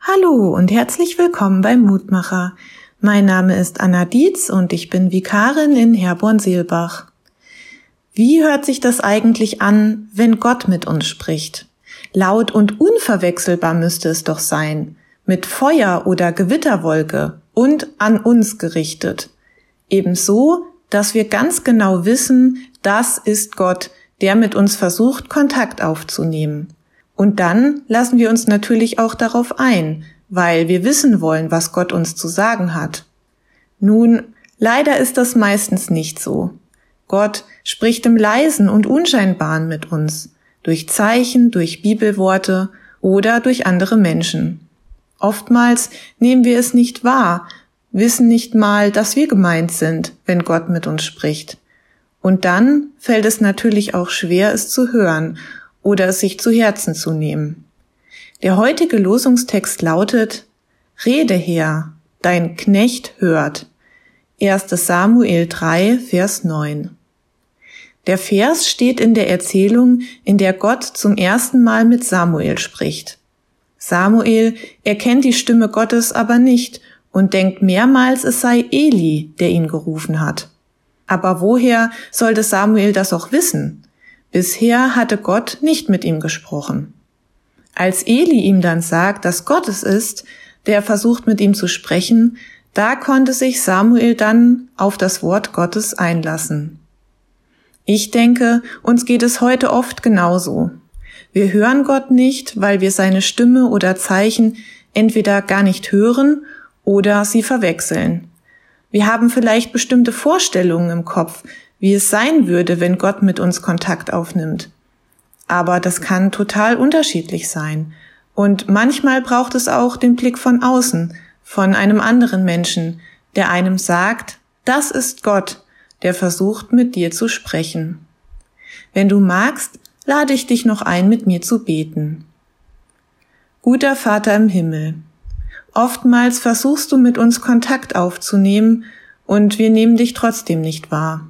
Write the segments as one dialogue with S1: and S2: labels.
S1: Hallo und herzlich willkommen beim Mutmacher. Mein Name ist Anna Dietz und ich bin Vikarin in Herborn-Seelbach. Wie hört sich das eigentlich an, wenn Gott mit uns spricht? Laut und unverwechselbar müsste es doch sein, mit Feuer oder Gewitterwolke und an uns gerichtet. Ebenso, dass wir ganz genau wissen, das ist Gott, der mit uns versucht, Kontakt aufzunehmen. Und dann lassen wir uns natürlich auch darauf ein, weil wir wissen wollen, was Gott uns zu sagen hat. Nun, leider ist das meistens nicht so. Gott spricht im Leisen und Unscheinbaren mit uns, durch Zeichen, durch Bibelworte oder durch andere Menschen. Oftmals nehmen wir es nicht wahr, wissen nicht mal, dass wir gemeint sind, wenn Gott mit uns spricht. Und dann fällt es natürlich auch schwer, es zu hören oder es sich zu Herzen zu nehmen. Der heutige Losungstext lautet: Rede, Herr, dein Knecht hört. 1. Samuel 3, Vers 9. Der Vers steht in der Erzählung, in der Gott zum ersten Mal mit Samuel spricht. Samuel erkennt die Stimme Gottes aber nicht und denkt mehrmals, es sei Eli, der ihn gerufen hat. Aber woher sollte Samuel das auch wissen? Bisher hatte Gott nicht mit ihm gesprochen. Als Eli ihm dann sagt, dass Gott es ist, der versucht mit ihm zu sprechen, da konnte sich Samuel dann auf das Wort Gottes einlassen. Ich denke, uns geht es heute oft genauso. Wir hören Gott nicht, weil wir seine Stimme oder Zeichen entweder gar nicht hören oder sie verwechseln. Wir haben vielleicht bestimmte Vorstellungen im Kopf, wie es sein würde, wenn Gott mit uns Kontakt aufnimmt. Aber das kann total unterschiedlich sein. Und manchmal braucht es auch den Blick von außen, von einem anderen Menschen, der einem sagt, das ist Gott, der versucht, mit dir zu sprechen. Wenn du magst, lade ich dich noch ein, mit mir zu beten. Guter Vater im Himmel, oftmals versuchst du mit uns Kontakt aufzunehmen und wir nehmen dich trotzdem nicht wahr.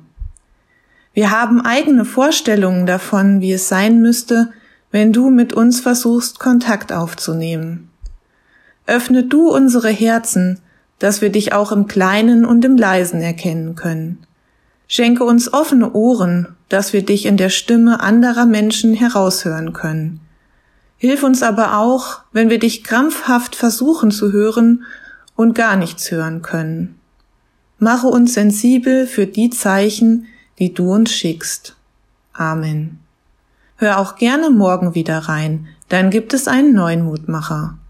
S1: Wir haben eigene Vorstellungen davon, wie es sein müsste, wenn du mit uns versuchst, Kontakt aufzunehmen. Öffne du unsere Herzen, dass wir dich auch im Kleinen und im Leisen erkennen können. Schenke uns offene Ohren, dass wir dich in der Stimme anderer Menschen heraushören können. Hilf uns aber auch, wenn wir dich krampfhaft versuchen zu hören und gar nichts hören können. Mache uns sensibel für die Zeichen, die du uns schickst. Amen. Hör auch gerne morgen wieder rein, dann gibt es einen neuen Mutmacher.